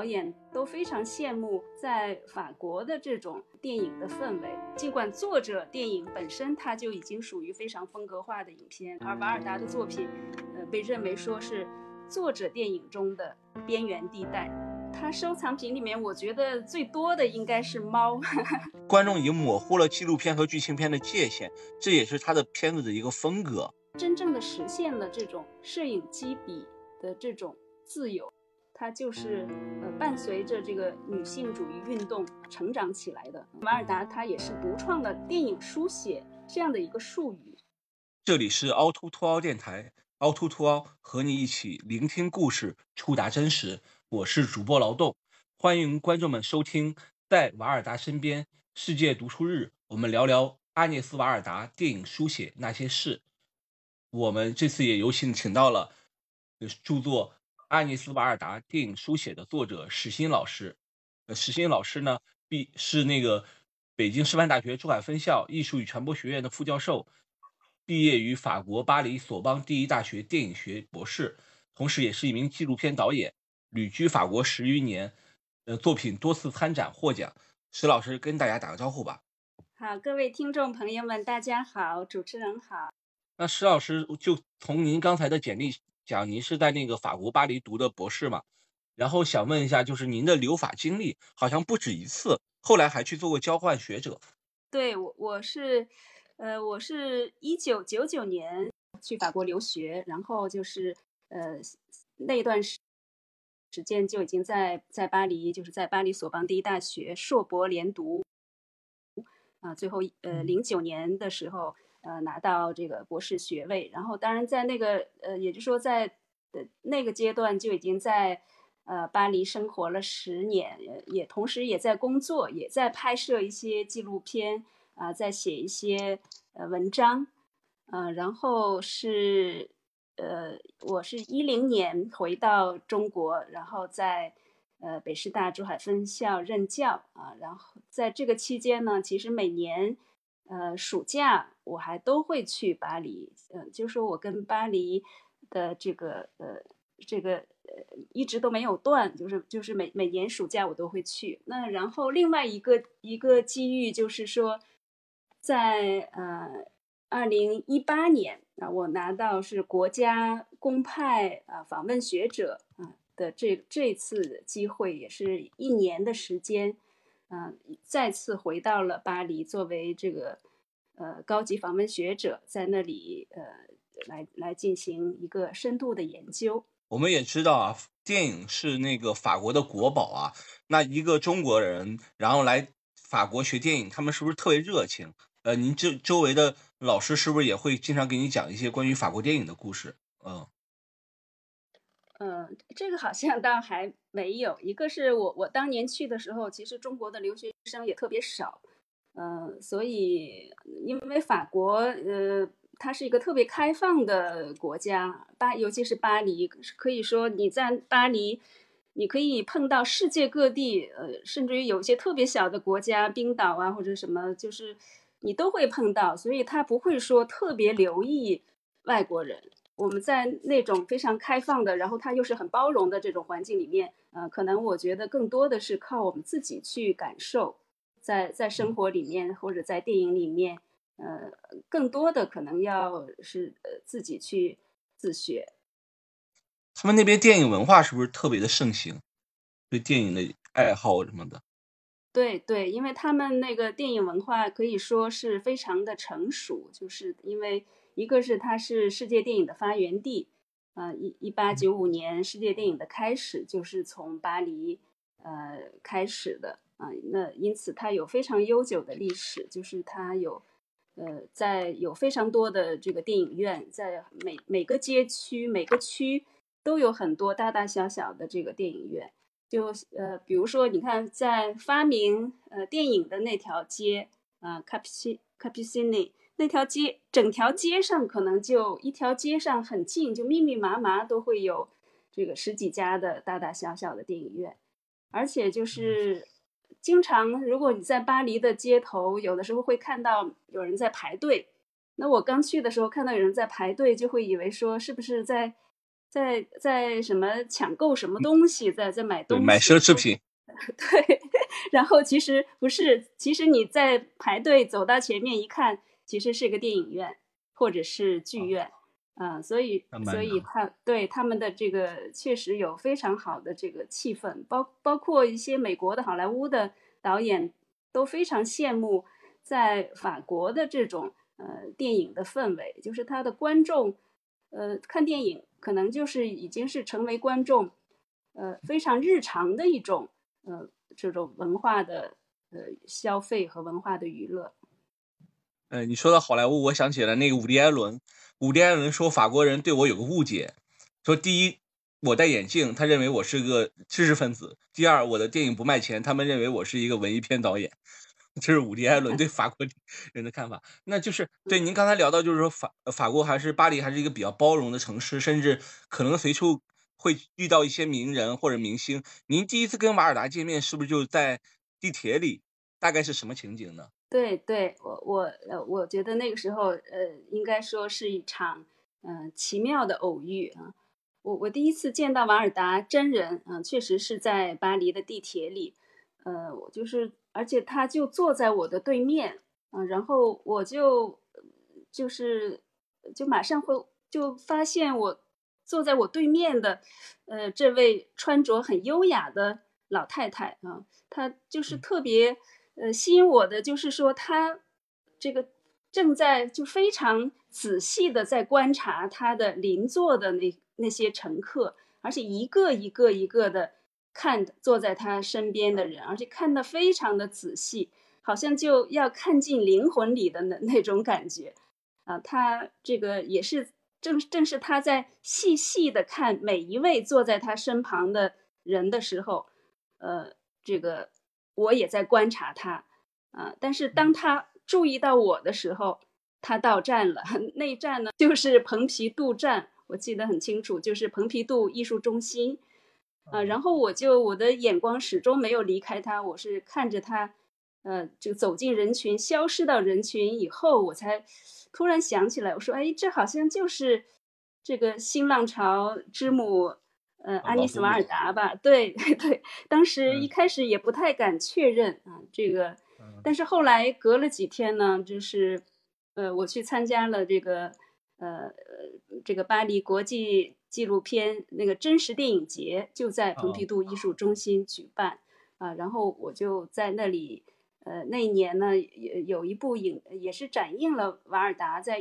演都非常羡慕在法国的这种电影的氛围。尽管作者电影本身它就已经属于非常风格化的影片，而瓦尔达的作品，被认为说是作者电影中的边缘地带。他收藏品里面，我觉得最多的应该是猫。 观众已经模糊了纪录片和剧情片的界限，这也是他的片子的一个风格。 真正的实现了这种摄影机笔的这种自由，它就是伴随着这个女性主义运动成长起来的。瓦尔达他也是独创了电影书写这样的一个术语。 这里是凹凸凸凹电台，凹凸凸凹和你一起聆听故事，触达真实。我是主播劳动，欢迎观众们收听在瓦尔达身边世界读书日，我们聊聊阿涅斯·瓦尔达电影书写那些事。我们这次也有幸请到了著作《阿涅斯·瓦尔达电影书写》的作者史欣老师。史欣老师呢，是那个北京师范大学珠海分校艺术与传播学院的副教授，毕业于法国巴黎索邦第一大学电影学博士，同时也是一名纪录片导演，旅居法国10余年，作品多次参展获奖。史老师跟大家打个招呼吧。 好，各位听众朋友们，大家好，主持人好。 那史老师就从您刚才的简历讲，您是在那个法国巴黎读的博士嘛？然后想问一下，就是您的留法经历好像不止一次，后来还去做过交换学者。 对，我是1999年去法国留学，然后就是那段时间就已经在巴黎，就是在巴黎索邦第一大学硕博连读啊，最后09年的时候拿到这个博士学位，然后当然在那个也就是说在那个阶段就已经在巴黎生活了10年，也同时也在工作，也在拍摄一些纪录片啊，在写一些文章，然后是我是10年回到中国，然后在北师大珠海分校任教啊，然后在这个期间呢，其实每年暑假我还都会去巴黎，就是说我跟巴黎的这个一直都没有断，就是每年暑假我都会去。那然后另外一个机遇就是说，在2018年啊，我拿到是国家公派访问学者的这次机会，也是1年的时间，再次回到了巴黎，作为这个高级访问学者，在那里来进行一个深度的研究。 我们也知道啊，电影是那个法国的国宝啊。那一个中国人，然后来法国学电影，他们是不是特别热情？您周围的老师是不是也会经常给你讲一些关于法国电影的故事？ 这个好像倒还没有。一个是我当年去的时候，其实中国的留学生也特别少，所以因为法国它是一个特别开放的国家，尤其是巴黎，可以说你在巴黎，你可以碰到世界各地，甚至于有些特别小的国家，冰岛啊或者什么，就是你都会碰到，所以他不会说特别留意外国人。我们在那种非常开放的，然后它又是很包容的这种环境里面，可能我觉得更多的是靠我们自己去感受，在生活里面或者在电影里面，更多的可能要是自己去自学。 他们那边电影文化是不是特别的盛行？对电影的爱好什么的？ 对对，因为他们那个电影文化可以说是非常的成熟，就是因为一个是它是世界电影的发源地，1895年世界电影的开始就是从巴黎开始的那因此它有非常悠久的历史，就是它有有非常多的这个电影院，在每个街区每个区都有很多大大小小的这个电影院。就比如说你看在发明电影的那条街Capucini 那条街，整条街上可能就一条街上很近，就密密麻麻都会有这个10几家的大大小小的电影院，而且就是经常如果你在巴黎的街头，有的时候会看到有人在排队。那我刚去的时候看到有人在排队，就会以为说是不是在在什么抢购什么东西，在买对， 东西， 买奢侈品。 对，然后其实不是，其实你在排队走到前面一看，其实是个电影院或者是剧院，所以对他们的这个确实有非常好的这个气氛，包括一些美国的好莱坞的导演都非常羡慕在法国的这种电影的氛围，就是他的观众看电影可能就是已经是成为观众非常日常的一种这种文化的消费和文化的娱乐。 你说到好莱坞，我想起了那个伍迪·艾伦。伍迪·艾伦说法国人对我有个误解，说第一，我戴眼镜，他认为我是个知识分子；第二，我的电影不卖钱，他们认为我是一个文艺片导演。这是伍迪·艾伦对法国人的看法。那就是对您刚才聊到，就是说法国还是巴黎还是一个比较包容的城市，甚至可能随处会遇到一些名人或者明星。您第一次跟瓦尔达见面，是不是就在地铁里？大概是什么情景呢？ 对对，我觉得那个时候应该说是一场奇妙的偶遇啊。我第一次见到瓦尔达真人确实是在巴黎的地铁里，我就是而且他就坐在我的对面然后我就是马上就发现我坐在我对面的这位穿着很优雅的老太太她就是特别吸引我的，就是说她这个正在就非常仔细的在观察她的邻座的那些乘客，而且一个一个一个的看坐在她身边的人，而且看得非常的仔细，好像就要看进灵魂里的那种感觉他这个也是正是他在细细的看每一位坐在他身旁的人的时候，这个我也在观察他但是当他注意到我的时候，他到站了。那一站呢，就是蓬皮杜站，我记得很清楚，就是蓬皮杜艺术中心然后我的眼光始终没有离开他，我是看着他就走进人群，消失到人群以后，我才突然想起来，我说哎，这好像就是这个新浪潮之母安妮斯瓦尔达吧。对对，当时一开始也不太敢确认这个但是后来隔了几天呢，就是我去参加了这个巴黎国际纪录片那个真实电影节，就在蓬皮杜艺术中心举办然后我就在那里那一年呢有一部也是展映了瓦尔达在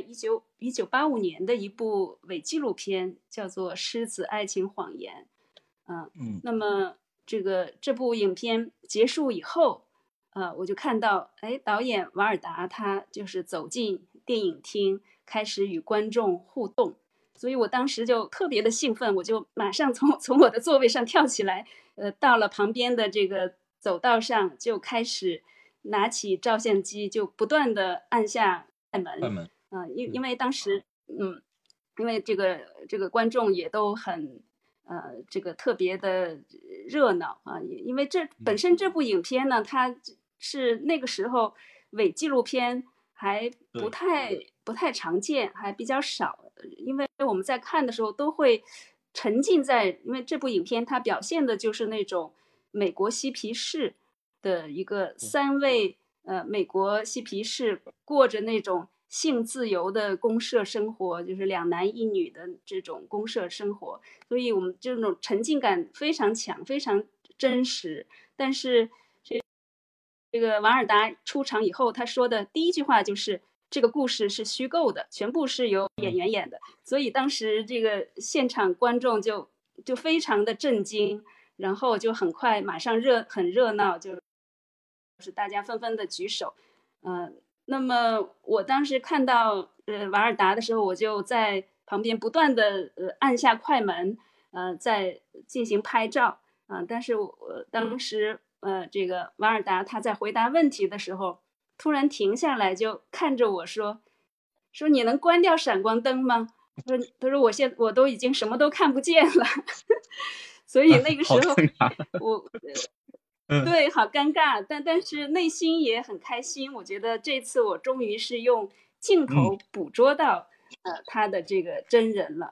1985年的一部伪纪录片，叫做《狮子爱情谎言》那么这部影片结束以后我就看到导演瓦尔达他就是走进电影厅，开始与观众互动，所以我当时就特别的兴奋，我就马上从我的座位上跳起来到了旁边的这个走道上，就开始拿起照相机，就不断的按下快门因为当时因为这个观众也都很这个特别的热闹因为本身这部影片呢，它是那个时候伪纪录片还不太常见，还比较少，因为我们在看的时候都会沉浸在，因为这部影片它表现的就是那种美国嬉皮士的一个3位美国嬉皮士过着那种性自由的公社生活，就是2男1女的这种公社生活，所以我们这种沉浸感非常强，非常真实。但是这个瓦尔达出场以后，他说的第一句话就是这个故事是虚构的，全部是由演员演的。所以当时这个现场观众就非常的震惊，然后就很快马上很热闹，就是大家纷纷的举手那么我当时看到瓦尔达的时候，我就在旁边不断的按下快门在进行拍照但是我当时这个瓦尔达他在回答问题的时候突然停下来，就看着我说你能关掉闪光灯吗？他说我都已经什么都看不见了所以那个时候我对，好尴尬，但是内心也很开心。我觉得这次我终于是用镜头捕捉到他的这个真人了。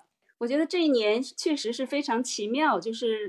我觉得这一年确实是非常奇妙，就是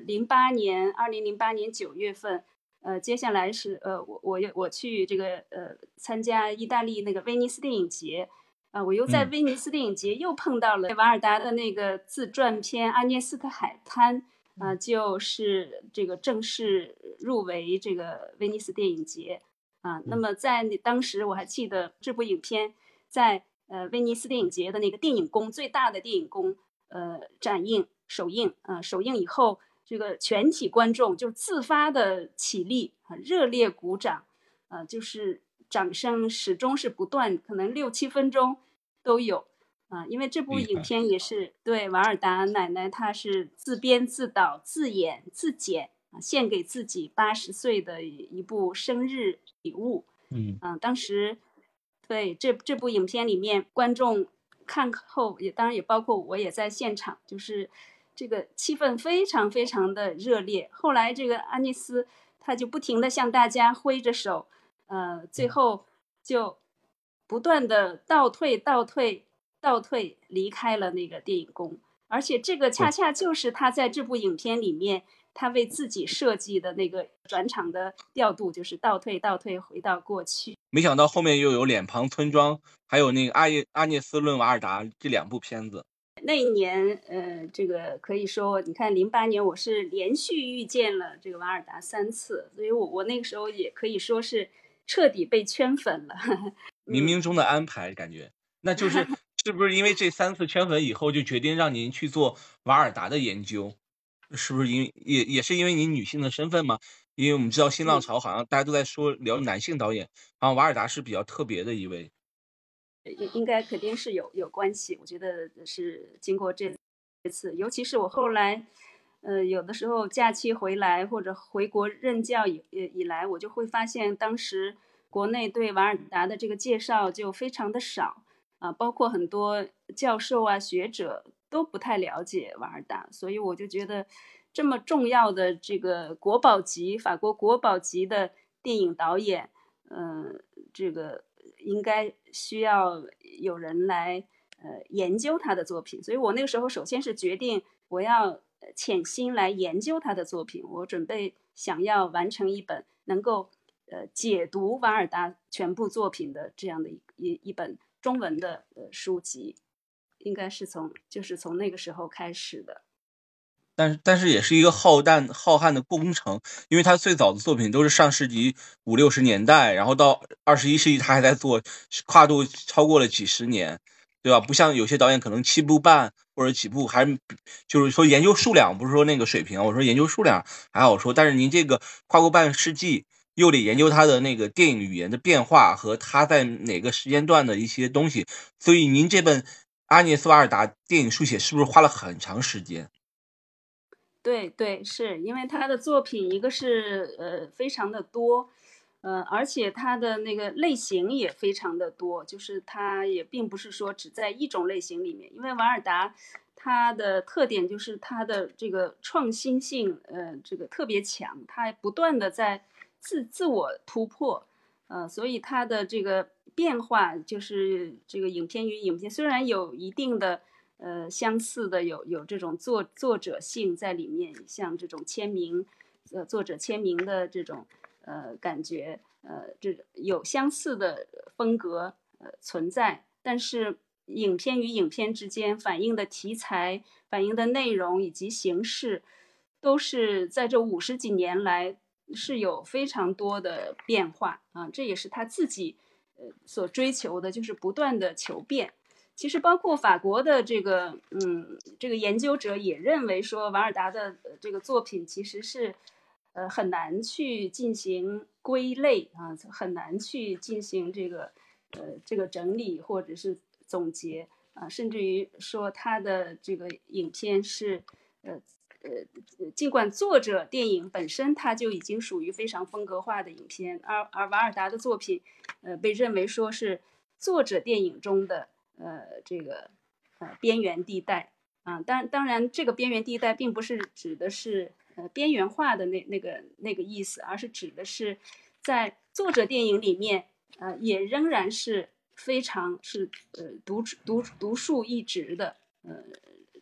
2008年9月份，接下来是我去这个参加意大利那个威尼斯电影节，我又在威尼斯电影节又碰到了瓦尔达的那个自传片《阿涅斯特海滩》，就是这个正式入围这个威尼斯电影节那么在当时我还记得这部影片在威尼斯电影节的那个电影宫最大的电影宫首映以后，这个全体观众就自发的起立热烈鼓掌就是掌声始终是不断，可能6-7分钟都有因为这部影片也是对瓦尔达奶奶，她是自编自导自演自剪献给自己80岁的一部生日礼物。当时对这部影片里面观众看后当然也包括我也在现场，就是这个气氛非常非常的热烈。后来这个安妮斯她就不停地向大家挥着手最后就不断的倒退离开了那个电影宫，而且这个恰恰就是他在这部影片里面他为自己设计的那个转场的调度，就是倒退回到过去。 没想到后面又有《脸庞村庄》还有那个阿涅斯论瓦尔达这2部片子。 那一年这个可以说你看08年我是连续遇见了这个瓦尔达3次，所以我那个时候也可以说是彻底被圈粉了冥冥中的安排感觉那就是是不是因为这3次圈粉以后就决定让您去做瓦尔达的研究，是不是也是因为您女性的身份吗？因为我们知道新浪潮好像大家都在说聊男性导演，好像瓦尔达是比较特别的一位。 应该肯定是有关系，我觉得是经过这次，尤其是我后来有的时候假期回来或者回国任教以来，我就会发现当时国内对瓦尔达的这个介绍就非常的少包括很多教授学者都不太了解瓦尔达，所以我就觉得这么重要的这个法国国宝级的电影导演这个应该需要有人来研究他的作品，所以我那个时候首先是决定我要潜心来研究他的作品，我准备想要完成一本能够解读瓦尔达全部作品的这样的一本中文的书籍，应该是从那个时候开始的。 但是也是一个浩瀚的工程，因为他最早的作品都是上世纪50-60年代，然后到21世纪他还在做，跨度超过了几十年，对吧？不像有些导演可能7部半或者几部，还就是说研究数量，不是说那个水平，我说研究数量还好说，但是您这个跨过半世纪，又得研究他的那个电影语言的变化和他在哪个时间段的一些东西，所以您这本阿涅斯瓦尔达电影书写是不是花了很长时间？ 对，是因为他的作品一个是非常的多，而且他的那个类型也非常的多，就是他也并不是说只在一种类型里面，因为瓦尔达他的特点就是他的这个创新性这个特别强，他不断的在自我突破，所以他的这个变化就是这个影片与影片虽然有一定的相似的有这种作者性在里面，像这种签名作者签名的这种感觉这有相似的风格存在，但是影片与影片之间反映的题材反映的内容以及形式都是在这50几年来是有非常多的变化这也是他自己所追求的，就是不断的求变。其实包括法国的这个研究者也认为说瓦尔达的这个作品其实是很难去进行归类很难去进行这个整理或者是总结甚至于说他的这个影片是尽管作者电影本身它就已经属于非常风格化的影片，而瓦尔达的作品被认为说是作者电影中的这个边缘地带当然这个边缘地带并不是指的是边缘化的那个意思，而是指的是在作者电影里面也仍然是非常是独树一帜的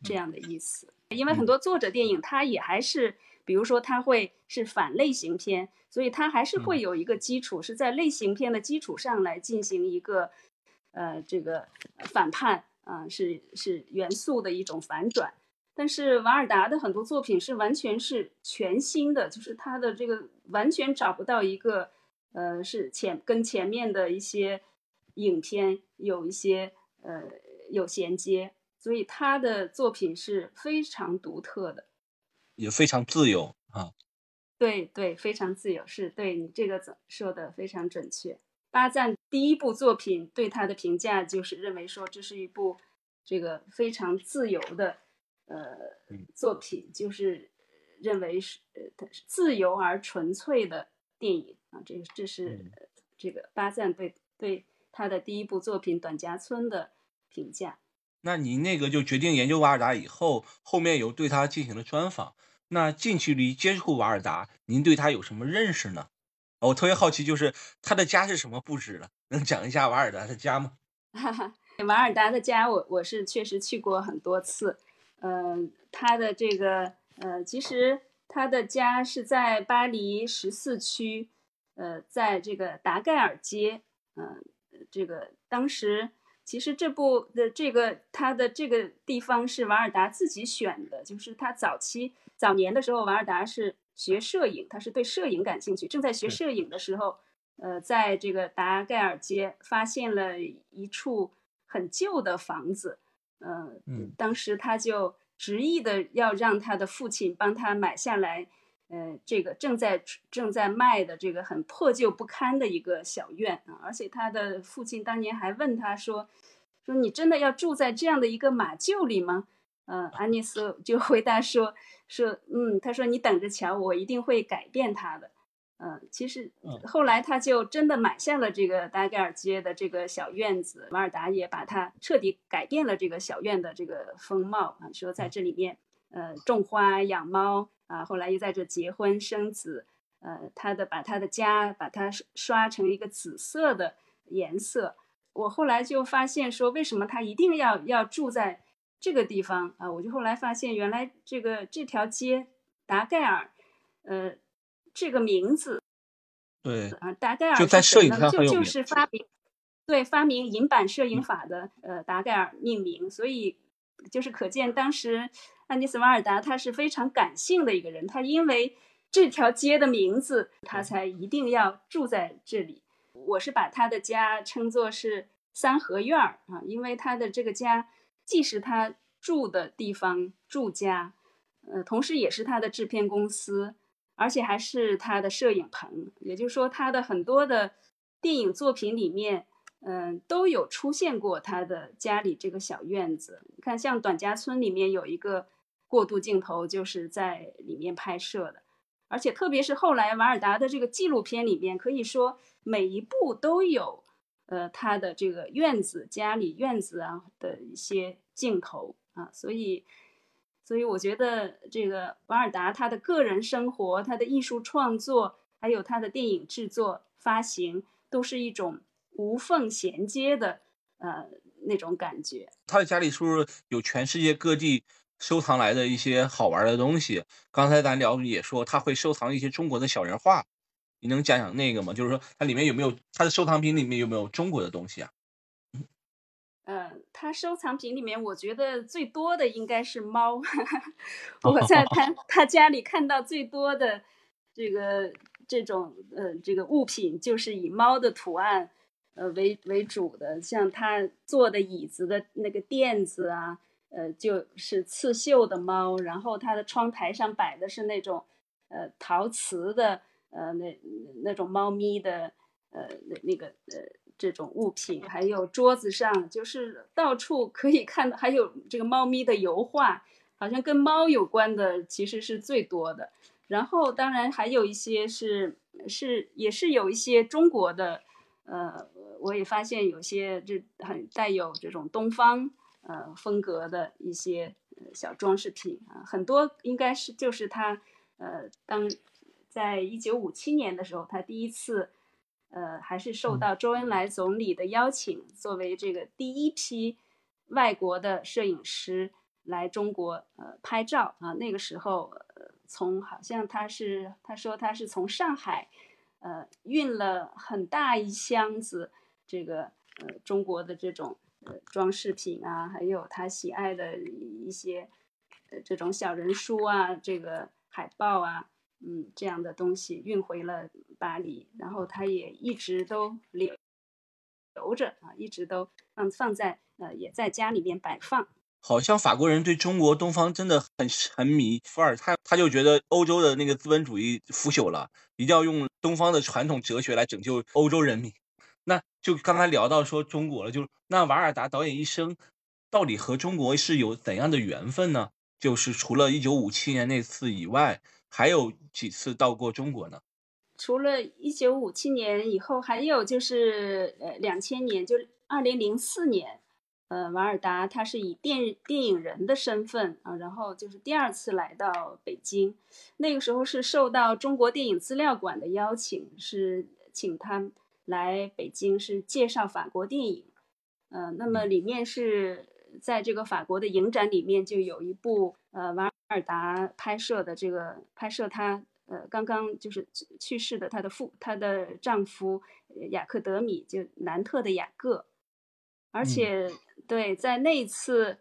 这样的意思。因为很多作者电影他也还是比如说他会是反类型片，所以他还是会有一个基础，是在类型片的基础上来进行一个这个反叛是元素的一种反转。但是瓦尔达的很多作品是完全是全新的，就是他的这个完全找不到一个是跟前面的一些影片有一些有衔接，所以他的作品是非常独特的， 也非常自由啊。 对对，非常自由，是对你这个说的非常准确。巴赞第一部作品对他的评价就是认为说这是一部这个非常自由的作品，就是认为是它是自由而纯粹的电影啊，这是这个巴赞对他的第一部作品《短夹村》的评价。 那您那个就决定研究瓦尔达以后，后面有对他进行了专访。那近距离接触瓦尔达，您对他有什么认识呢？我特别好奇，就是他的家是什么布置的？能讲一下瓦尔达的家吗？ 瓦尔达的家我是确实去过很多次，他的这个其实他的家是在巴黎14区，在这个达盖尔街，这个当时其实这部的这个他的这个地方是瓦尔达自己选的，就是他早年的时候，瓦尔达是学摄影，他是对摄影感兴趣，正在学摄影的时候，在这个达盖尔街发现了一处很旧的房子，当时他就执意的要让他的父亲帮他买下来，这个正在卖的这个很破旧不堪的一个小院啊，而且他的父亲当年还问他说你真的要住在这样的一个马厩里吗？安妮斯就回答说他说你等着瞧，我一定会改变他的。其实后来他就真的买下了这个达盖尔街的这个小院子，瓦尔达也把它彻底改变了这个小院的这个风貌啊，说在这里面种花养猫啊，后来又在这结婚生子，把他的家把它刷成一个紫色的颜色。我后来就发现说为什么他一定要住在这个地方啊，我就后来发现原来这条街达盖尔这个名字， 对达盖尔就在是谁呢？ 摄影上很有名。 就是发明银版摄影法的达盖尔命名，所以就是可见当时安妮斯瓦尔达他是非常感性的一个人，他因为这条街的名字，他才一定要住在这里。我是把他的家称作是三合院啊，因为他的这个家既是他住的地方住家，同时也是他的制片公司。而且还是他的摄影棚，也就是说他的很多的电影作品里面都有出现过他的家里这个小院子。你看像短家村里面有一个过渡镜头就是在里面拍摄的，而且特别是后来瓦尔达的这个纪录片里面，可以说每一部都有他的这个家里院子啊的一些镜头啊，所以我觉得这个瓦尔达他的个人生活，他的艺术创作，还有他的电影制作发行，都是一种无缝衔接的那种感觉。 他的家里是不是有全世界各地收藏来的一些好玩的东西？刚才咱聊也说他会收藏一些中国的小人画，你能讲讲那个吗？就是说它里面有没有他的收藏品里面有没有中国的东西啊？ 他收藏品里面，我觉得最多的应该是猫。我在他家里看到最多的这种这个物品，就是以猫的图案为主的，像他坐的椅子的那个垫子啊，就是刺绣的猫，然后他的窗台上摆的是那种陶瓷的那种猫咪的那个这种物品，还有桌子上就是到处可以看到，还有这个猫咪的油画，好像跟猫有关的其实是最多的。然后当然还有一些也是有一些中国的，我也发现有些很带有这种东方风格的一些小装饰品啊，很多应该就是他在1957年的时候，他第一次还是受到周恩来总理的邀请，作为这个第一批外国的摄影师来中国拍照啊。那个时候好像他说他是从上海运了很大一箱子这个中国的这种装饰品啊，还有他喜爱的一些这种小人书啊，这个海报啊，这样的东西运回了巴黎，然后他也一直都留着啊，一直都放在也在家里面摆放。 好像法国人对中国东方真的很沉迷，伏尔泰他就觉得欧洲的那个资本主义腐朽了，一定要用东方的传统哲学来拯救欧洲人民。那就刚才聊到说中国了，就那瓦尔达导演一生到底和中国是有怎样的缘分呢？就是除了1957年那次以外，还有几次到过中国呢？ 除了1957年以后，还有就是2000年，就是2004年，瓦尔达他是以电影人的身份啊，然后就是第2次来到北京，那个时候是受到中国电影资料馆的邀请，是请他来北京是介绍法国电影，那么里面是在这个法国的影展里面就有一部瓦尔达拍摄他刚刚就是去世的她的丈夫雅克德米，就南特的雅各，而且对，在那一次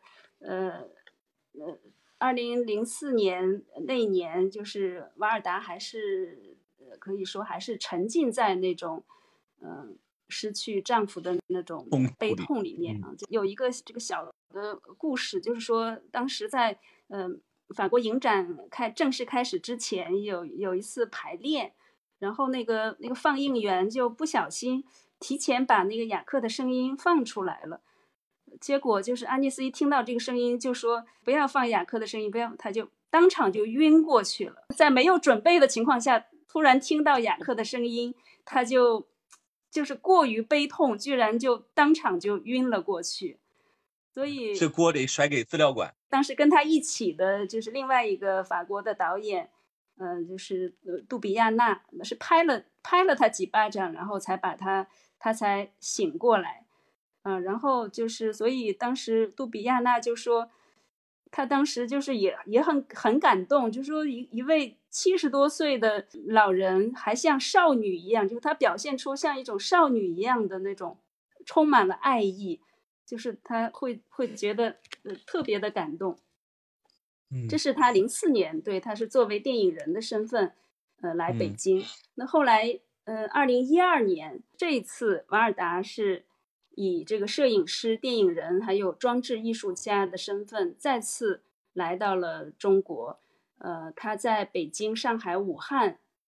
2004年那一年，就是瓦尔达还是可以说还是沉浸在那种失去丈夫的那种悲痛里面啊。就有一个这个小的故事，就是说当时在法国影展正式开始之前，有一次排练，然后那个放映员就不小心提前把那个雅克的声音放出来了。结果就是安妮斯一听到这个声音就说不要放雅克的声音，不要，他就当场就晕过去了。在没有准备的情况下突然听到雅克的声音，他就是过于悲痛，居然就当场就晕了过去。所以这锅得甩给资料馆。 当时跟他一起的就是另外一个法国的导演就是杜比亚纳，是拍了他几巴掌，然后才把他才醒过来。然后就是所以当时杜比亚纳就说他当时就是也很感动，就说一位70多岁的老人还像少女一样，就是他表现出像一种少女一样的那种充满了爱意，就是他会觉得特别的感动。这是他04年，对，他是作为电影人的身份来北京。那后来2012年这一次瓦尔达是以这个摄影师、电影人还有装置艺术家的身份再次来到了中国。他在北京、上海、武汉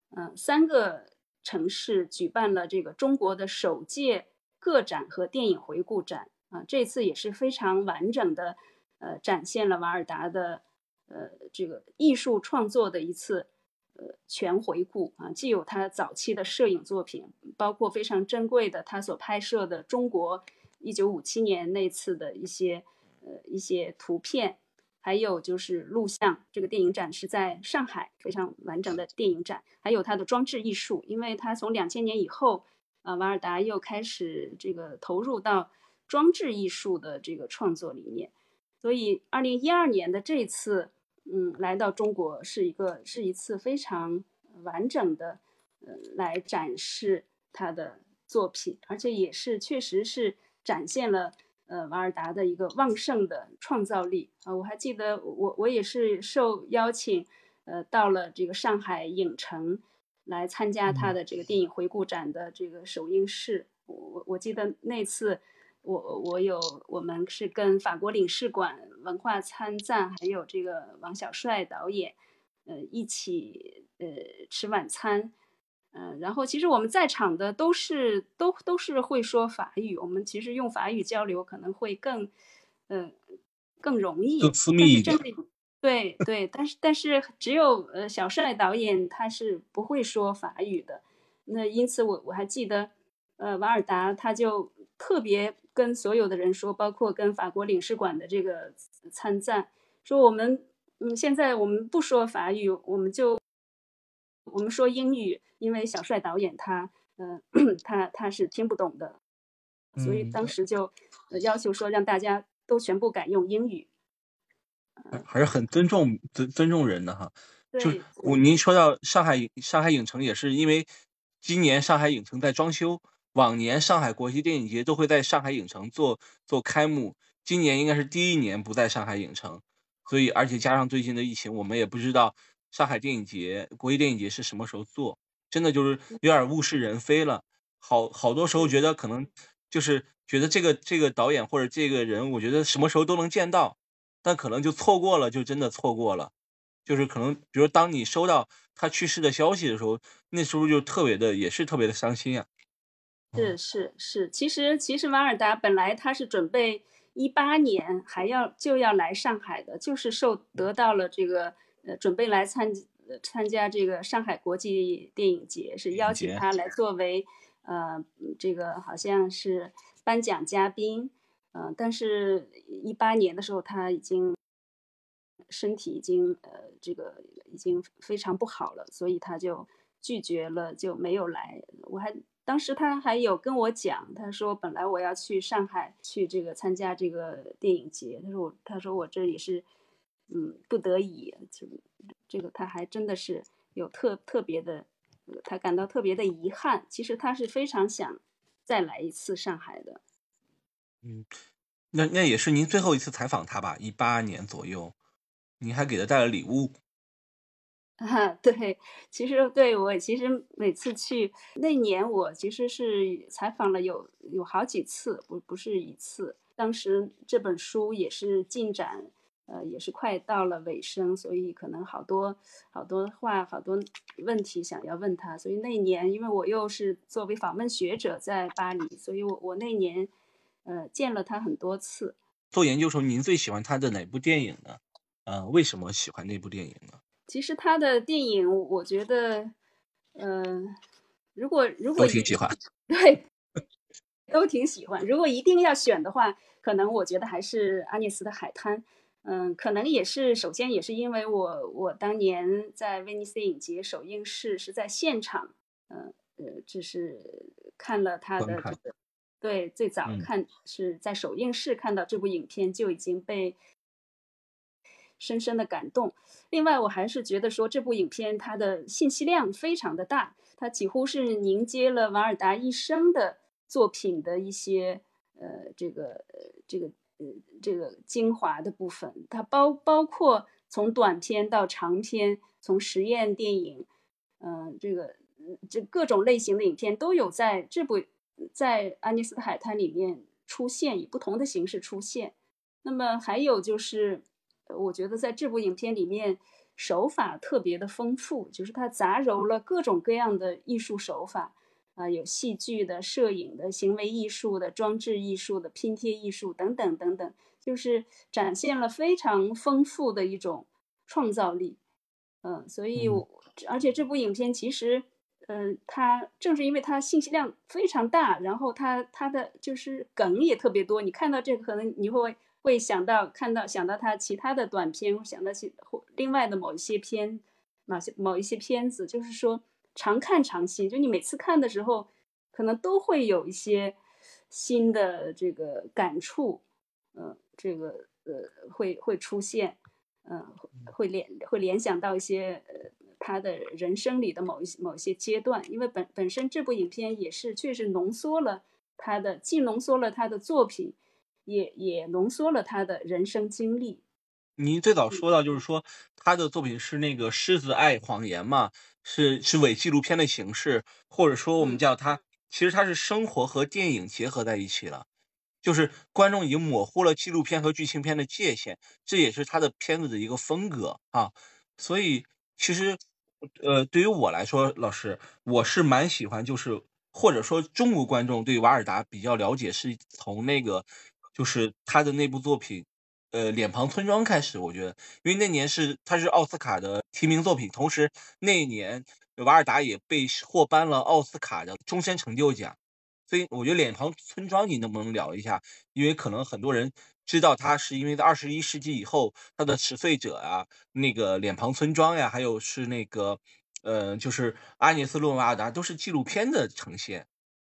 3个城市举办了这个中国的首届个展和电影回顾展这次也是非常完整的展现了瓦尔达的这个艺术创作的一次全回顾既有他早期的摄影作品，包括非常珍贵的他所拍摄的中国1957年那次的一些图片，还有就是录像。这个电影展是在上海非常完整的电影展，还有他的装置艺术，因为他从2000年以后瓦尔达又开始这个投入到装置艺术的这个创作里面，所以2012年的这次来到中国是一次非常完整的来展示他的作品，而且也是确实是展现了瓦尔达的一个旺盛的创造力我还记得我也是受邀请到了这个上海影城来参加他的这个电影回顾展的这个首映式。我记得那次我们是跟法国领事馆文化参赞还有这个王小帅导演一起吃晚餐然后其实我们在场的都是会说法语，我们其实用法语交流可能会更容易， 更私密一点。 对对，但是只有小帅导演他是不会说法语的。那因此我还记得瓦尔达他就特别跟所有的人说，包括跟法国领事馆的这个参赞，说我们现在我们不说法语，我们说英语，因为小帅导演他是听不懂的，所以当时就要求说让大家都全部改用英语。 还是很尊重人的哈。就是对对您说到上海影城也是因为今年上海影城在装修，往年上海国际电影节都会在上海影城做开幕，今年应该是第一年不在上海影城，所以而且加上最近的疫情，我们也不知道上海电影节、国际电影节是什么时候做，真的就是有点物是人非了。好多时候觉得可能就是觉得这个导演或者这个人，我觉得什么时候都能见到，但可能就错过了，就真的错过了。就是可能，比如当你收到他去世的消息的时候，那时候就特别的，也是特别的伤心啊。 是嗯， 是是，其实瓦尔达本来他是准备18年就要来上海的，就是得到了这个准备来参加这个上海国际电影节，是邀请电影节， 他来作为这个好像是颁奖嘉宾，但是18年的时候他已经身体这个已经非常不好了，所以他就拒绝了，就没有来。当时他还有跟我讲，他说本来我要去上海去这个参加这个电影节，他说我这也是不得已，就这个他还真的是有特别的，他感到特别的遗憾。其实他是非常想再来一次上海的。 嗯，那也是您最后一次采访他吧？18年左右，您还给他带了礼物。 对，其实我其实每次去那年，我其实是采访了有好几次，不是一次。当时这本书也是进展，也是快到了尾声，所以可能好多话、好多问题想要问他。所以那年，因为我又是作为访问学者在巴黎，所以我那年见了他很多次。 做研究时候，您最喜欢他的哪部电影呢？为什么喜欢那部电影呢？ 其实他的电影，我觉得，如果都挺喜欢。 对都挺喜欢。如果一定要选的话，可能我觉得还是阿涅斯的《海滩》。可能也是首先也是因为我当年在威尼斯影节首映式是在现场，就是看了他观看。 的这个，对，最早嗯。 看是在首映式看到这部影片就已经被深深的感动。另外，我还是觉得说这部影片它的信息量非常的大，它几乎是凝结了瓦尔达一生的作品的一些这个精华的部分。它包括从短片到长片，从实验电影，这各种类型的影片都有在《安妮斯特海滩》里面出现，以不同的形式出现。那么还有就是，我觉得在这部影片里面，手法特别的丰富，就是它杂糅了各种各样的艺术手法，有戏剧的、摄影的、行为艺术的、装置艺术的、拼贴艺术等等等等，就是展现了非常丰富的一种创造力。所以嗯。 而且这部影片其实，它正是因为它信息量非常大，然后它的就是梗也特别多。你看到这个，可能你会想到它其他的短片，想到另外的某一些片子，就是说常看常新。就你每次看的时候，可能都会有一些新的这个感触，会出现。会联想到一些他的人生里的某一些阶段，因为本身这部影片也是确实既浓缩了他的作品，也浓缩了他的人生经历。 您最早说到就是说，他的作品是那个《狮子爱谎言》嘛，是伪纪录片的形式，或者说我们嗯， 叫它，其实它是生活和电影结合在一起了，就是观众已经模糊了纪录片和剧情片的界限，这也是他的片子的一个风格啊。所以其实，对于我来说，老师，我是蛮喜欢，就是或者说中国观众对瓦尔达比较了解，是从那个就是他的那部作品脸庞村庄开始，我觉得，因为那年他是奥斯卡的提名作品，同时那一年瓦尔达也获颁了奥斯卡的终身成就奖，所以我觉得脸庞村庄你能不能聊一下？因为可能很多人知道他是因为在21世纪以后，他的《拾穗者》啊，那个脸庞村庄呀，还有是那个就是阿涅斯·洛瓦尔达都是纪录片的呈现。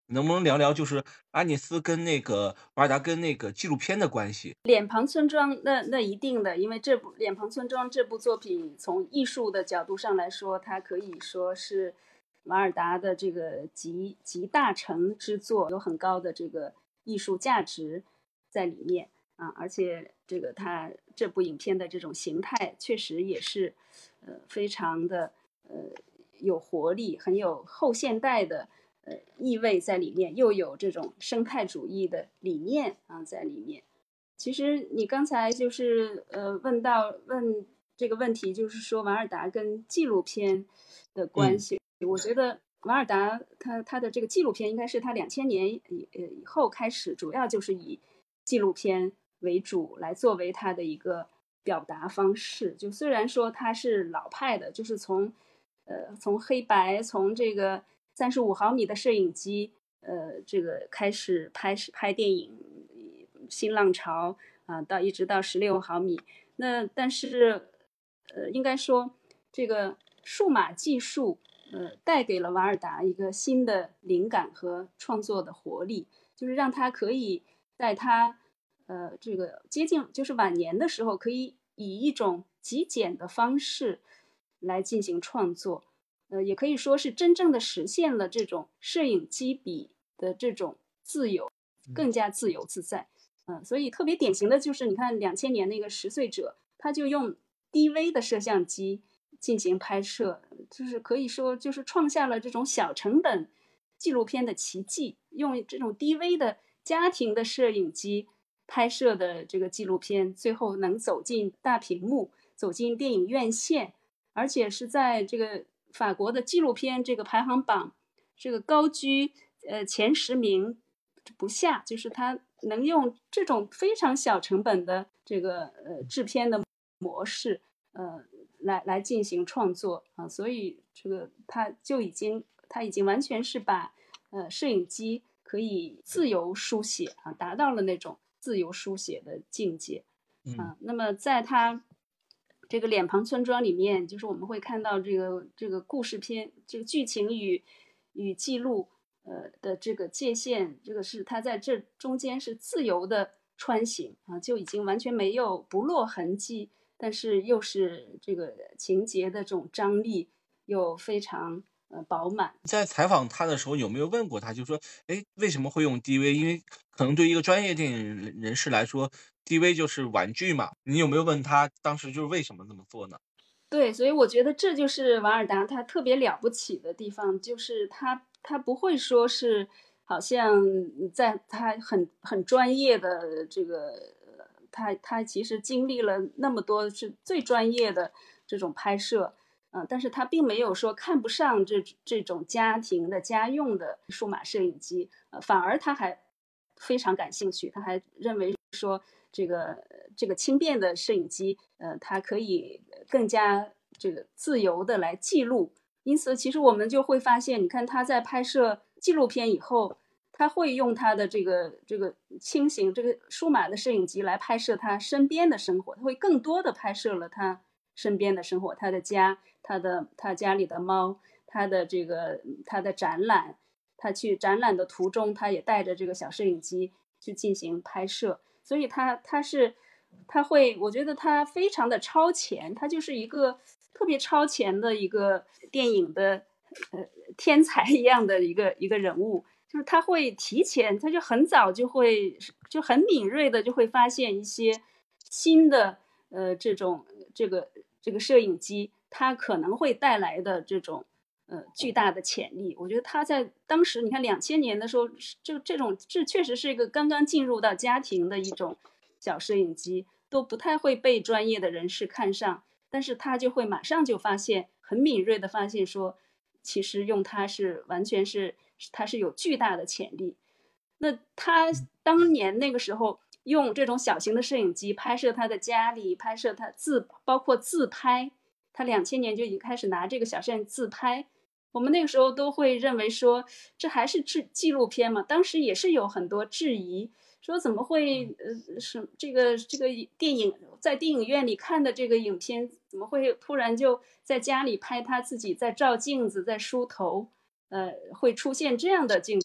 能不能聊聊就是阿涅斯跟那个瓦尔达跟那个纪录片的关系？ 脸庞村庄那一定的，因为这部脸庞村庄这部作品从艺术的角度上来说，它可以说是瓦尔达的这个集大成之作，有很高的这个艺术价值在里面啊，而且这个它这部影片的这种形态确实也是非常的有活力，很有后现代的意味在里面，又有这种生态主义的理念啊在里面。其实你刚才就是问这个问题，就是说瓦尔达跟纪录片的关系。我觉得瓦尔达他的这个纪录片应该是他2000年以后开始，主要就是以纪录片为主来作为他的一个表达方式。就虽然说他是老派的，就是从黑白，从这个35毫米的摄影机，这个开始拍电影，新浪潮啊，一直到16毫米。那但是，应该说这个数码技术，带给了瓦尔达一个新的灵感和创作的活力，就是让他可以在他这个接近就是晚年的时候，可以以一种极简的方式来进行创作，也可以说是真正的实现了这种摄影机笔的这种自由，更加自由自在。所以特别典型的就是你看2000年那个《拾穗者》，他就用 DV 的摄像机进行拍摄，就是可以说就是创下了这种小成本纪录片的奇迹，用这种 DV 的家庭的摄影机拍摄的这个纪录片，最后能走进大屏幕，走进电影院线，而且是在这个法国的纪录片这个排行榜这个高居前10名不下，就是他能用这种非常小成本的这个制片的模式，来进行创作啊，所以这个他已经完全是把摄影机可以自由书写啊，达到了那种自由书写的境界啊。那么在他这个脸庞村庄里面，就是我们会看到这个故事片，这个剧情与记录的这个界限，这个是它在这中间是自由的穿行啊，就已经完全没有不落痕迹，但是又是这个情节的这种张力又非常饱满。 在采访他的时候，有没有问过他，就说，哎，为什么会用 DV？因为可能对于一个专业电影人士来说，DV 就是玩具嘛。你有没有问他当时就是为什么这么做呢？ 对，所以我觉得这就是瓦尔达他特别了不起的地方，就是他不会说是好像在他很专业的这个，他其实经历了那么多是最专业的这种拍摄，但是他并没有说看不上这种家庭的家用的数码摄影机，反而他还非常感兴趣，他还认为说这个轻便的摄影机，它可以更加这个自由的来记录。因此，其实我们就会发现，你看他在拍摄纪录片以后，他会用他的这个轻型这个数码的摄影机来拍摄他身边的生活，他会更多的拍摄了他身边的生活，他的家，他家里的猫，他的展览，他去展览的途中，他也带着这个小摄影机去进行拍摄。所以我觉得他非常的超前，他就是一个特别超前的一个电影的天才一样的一个人物，就是他会提前，他就很早就很敏锐的就会发现一些新的这个摄影机它可能会带来的这种巨大的潜力。我觉得他在当时，你看2000年的时候，这确实是一个刚刚进入到家庭的一种小摄影机，都不太会被专业的人士看上，但是他就会马上就发现，很敏锐的发现说，其实用它是完全是它是有巨大的潜力。那他当年那个时候用这种小型的摄影机拍摄他的家里，拍摄他包括自拍，他2000年就已经开始拿这个小摄影自拍。我们那个时候都会认为说，这还是纪录片嘛？当时也是有很多质疑，说怎么会是这个电影在电影院里看的这个影片，怎么会突然就在家里拍他自己在照镜子在梳头，会出现这样的镜头？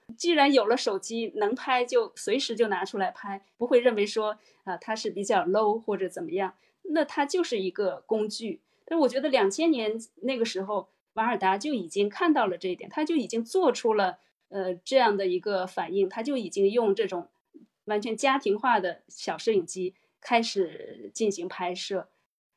既然有了手机能拍，就随时就拿出来拍，不会认为说它是比较 low 或者怎么样，那它就是一个工具。但我觉得2000年那个时候，瓦尔达就已经看到了这一点，他就已经做出了这样的一个反应，他就已经用这种完全家庭化的小摄影机开始进行拍摄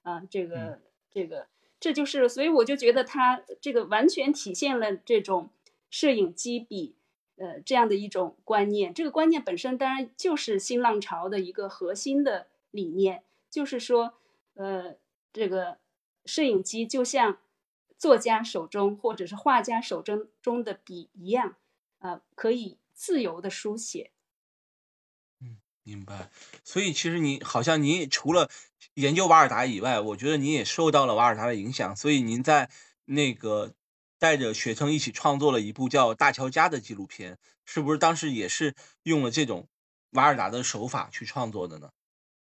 这就是，所以我就觉得他这个完全体现了这种摄影机比这样的一种观念。这个观念本身当然就是新浪潮的一个核心的理念，就是说这个摄影机就像作家手中或者是画家手中的笔一样可以自由的书写。 明白。所以其实你好像你除了研究瓦尔达以外，我觉得你也受到了瓦尔达的影响，所以您在那个带着学生一起创作了一部叫《大乔家》的纪录片，是不是当时也是用了这种瓦尔达的手法去创作的呢？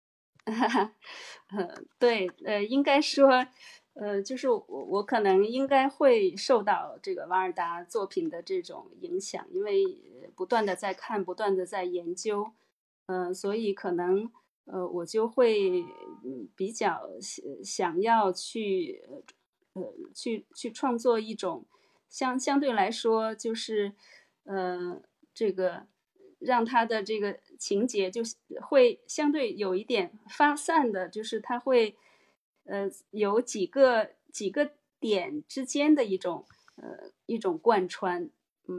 对，应该说，就是我可能应该会受到这个瓦尔达作品的这种影响，因为不断的在看，不断的在研究，所以可能我就会比较想要去去创作一种相对来说就是这个让他的这个情节就会相对有一点发散的，就是他会有几个点之间的一种贯穿。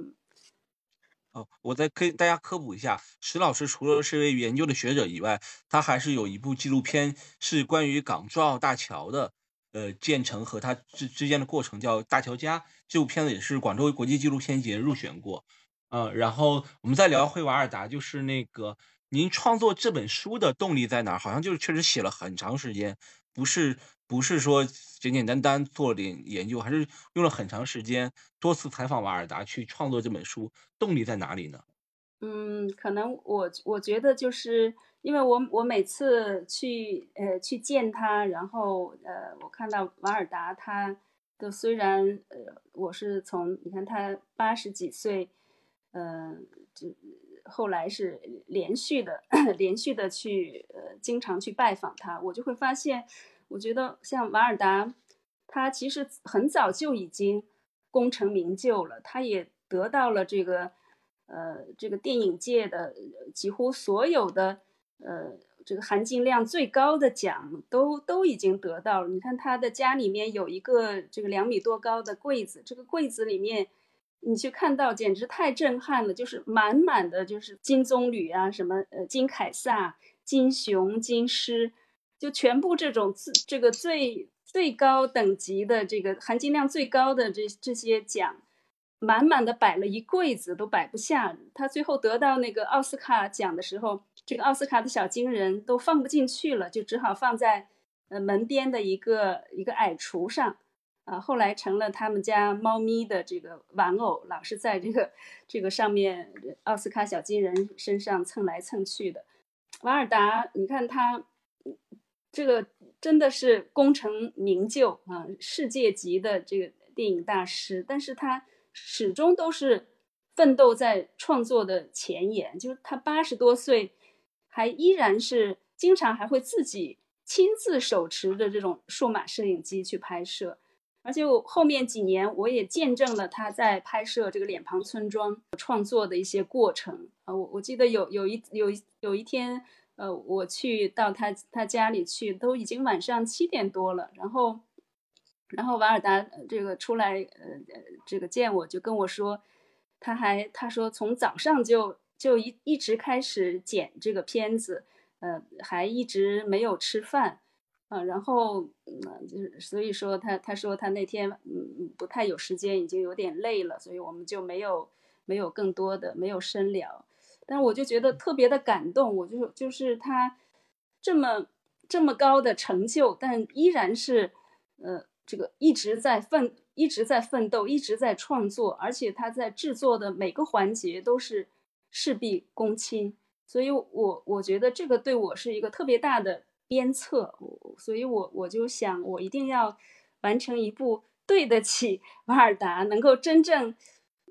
我再跟大家科普一下，石老师除了是一位研究的学者以外，他还是有一部纪录片是关于港珠澳大桥的，建成和它之间的过程，叫《大桥家》。这部片子也是广州国际纪录片节入选过。然后我们再聊回瓦尔达，就是那个您创作这本书的动力在哪儿？好像就是确实写了很长时间，不是不是说简简单单做了点研究，还是用了很长时间，多次采访瓦尔达去创作这本书，动力在哪里呢？ 可能我觉得就是因为我每次去见他，然后我看到瓦尔达他的虽然我是从你看他80几岁，就后来是连续的连续的去经常去拜访他，我就会发现，我觉得像瓦尔达，他其实很早就已经功成名就了，他也得到了这个电影界的几乎所有的这个含金量最高的奖都已经得到了。你看他的家里面有一个这个2米多高的柜子，这个柜子里面你去看到简直太震撼了，就是满满的就是金棕榈啊，什么金凯撒、金熊、金狮，就全部这个最高等级的这个含金量最高的这些奖。满满的摆了一柜子都摆不下。他最后得到那个奥斯卡奖的时候，这个奥斯卡的小金人都放不进去了，就只好放在门边的一个矮橱上。后来成了他们家猫咪的这个玩偶，老是在这个上面奥斯卡小金人身上蹭来蹭去的。瓦尔达，你看他这个真的是功成名就世界级的这个电影大师，但是他始终都是奋斗在创作的前沿，就是他80多岁还依然是经常还会自己亲自手持着这种数码摄影机去拍摄。而且后面几年我也见证了他在拍摄这个脸庞村庄创作的一些过程我记得有一天我去到他家里去，都已经晚上7点多了，然后瓦尔达这个出来这个见我，就跟我说，他说从早上就一直开始剪这个片子，还一直没有吃饭然后就是所以说他说他那天不太有时间，已经有点累了，所以我们就没有更多的没有深聊。但我就觉得特别的感动，就是他这么高的成就，但依然是这个一直在奋斗，一直在创作，而且他在制作的每个环节都是事必躬亲，所以我觉得这个对我是一个特别大的鞭策，所以我就想我一定要完成一部对得起瓦尔达，能够真正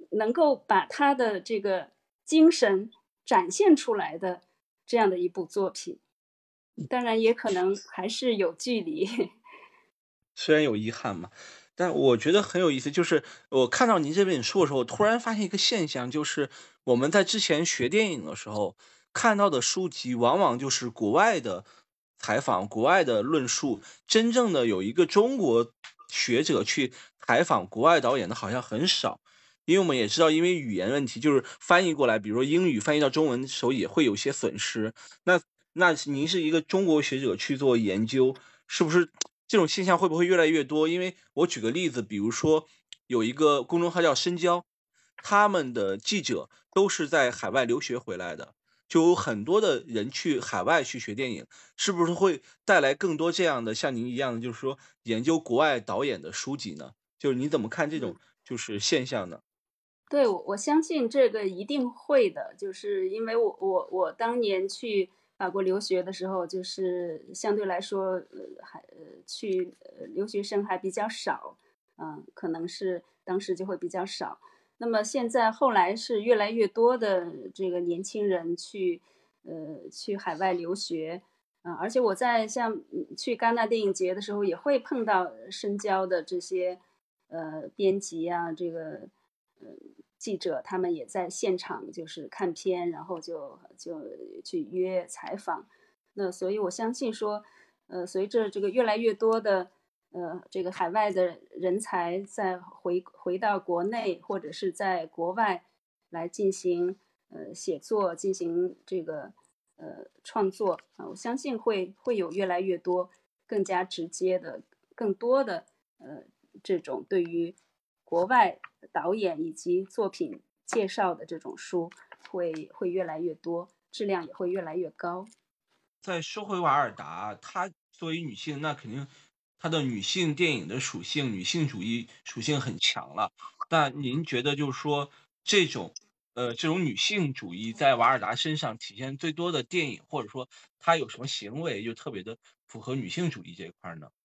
能够把他的这个精神展现出来的这样的一部作品。当然也可能还是有距离。 虽然有遗憾嘛，但我觉得很有意思。就是我看到您这本书的时候，突然发现一个现象，就是我们在之前学电影的时候看到的书籍，往往就是国外的采访、国外的论述，真正的有一个中国学者去采访国外导演的，好像很少。因为我们也知道，因为语言问题，就是翻译过来，比如说英语翻译到中文的时候，也会有些损失。那您是一个中国学者去做研究，是不是这种现象会不会越来越多？因为我举个例子，比如说有一个公众号叫深交，他们的记者都是在海外留学回来的，就有很多的人去海外去学电影，是不是会带来更多这样的像您一样的，就是说研究国外导演的书籍呢？就是你怎么看这种就是现象呢？ 对，我相信这个一定会的，就是因为我当年去法国留学的时候，就是相对来说，去留学生还比较少，可能是当时就会比较少。那么现在后来是越来越多的这个年轻人去海外留学，而且我在像去戛纳电影节的时候，也会碰到深交的这些编辑啊，这个记者，他们也在现场就是看片，然后就去约采访。那所以我相信说，随着这个越来越多的这个海外的人才再回到国内或者是在国外来进行写作，进行这个创作啊，我相信会有越来越多更加直接的、更多的这种对于国外导演以及作品介绍的这种书会越来越多，质量也会越来越高。 再说回瓦尔达，她作为女性，那肯定她的女性电影的属性、女性主义属性很强了。那您觉得就是说这种这种女性主义在瓦尔达身上体现最多的电影，或者说她有什么行为就特别的符合女性主义这一块呢？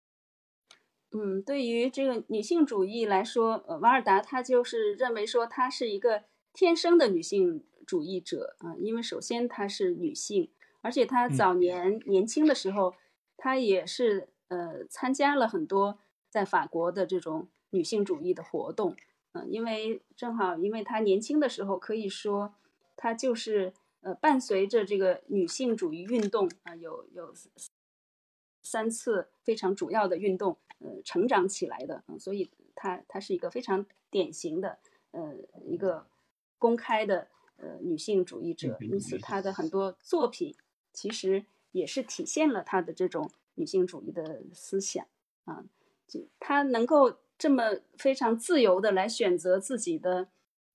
对于这个女性主义来说，瓦尔达她就是认为说她是一个天生的女性主义者啊，因为首先她是女性，而且她嗯。 早年轻的时候，她也是参加了很多在法国的这种女性主义的活动，因为正好因为她年轻的时候，可以说她就是伴随着这个女性主义运动啊，有3次非常主要的运动，成长起来的，所以她是一个非常典型的，一个公开的女性主义者，因此她的很多作品其实也是体现了她的这种女性主义的思想啊，就她能够这么非常自由的来选择自己的，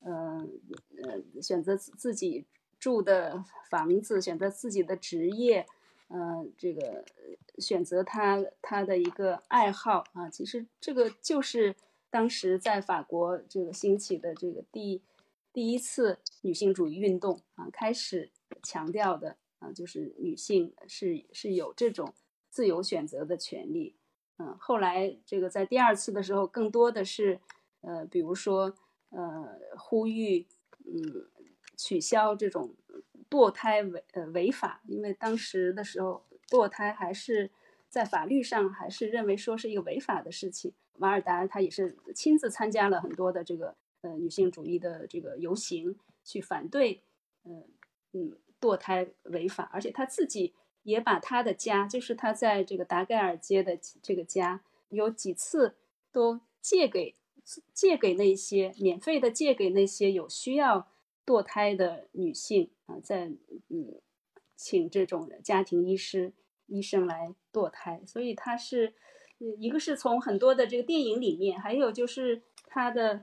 选择自己住的房子，选择自己的职业，这个选择他的一个爱好啊，其实这个就是当时在法国这个兴起的这个第一次女性主义运动啊，开始强调的啊，就是女性是有这种自由选择的权利。后来这个在第2次的时候，更多的是比如说呼吁取消这种堕胎违法，因为当时的时候堕胎还是在法律上还是认为说是一个违法的事情。瓦尔达他也是亲自参加了很多的这个女性主义的这个游行，去反对堕胎违法，而且他自己也把他的家，就是他在这个达盖尔街的这个家，有几次都借给那些免费的借给那些有需要堕胎的女性啊，在请这种家庭医生来堕胎，所以他是一个是从很多的这个电影里面，还有就是他的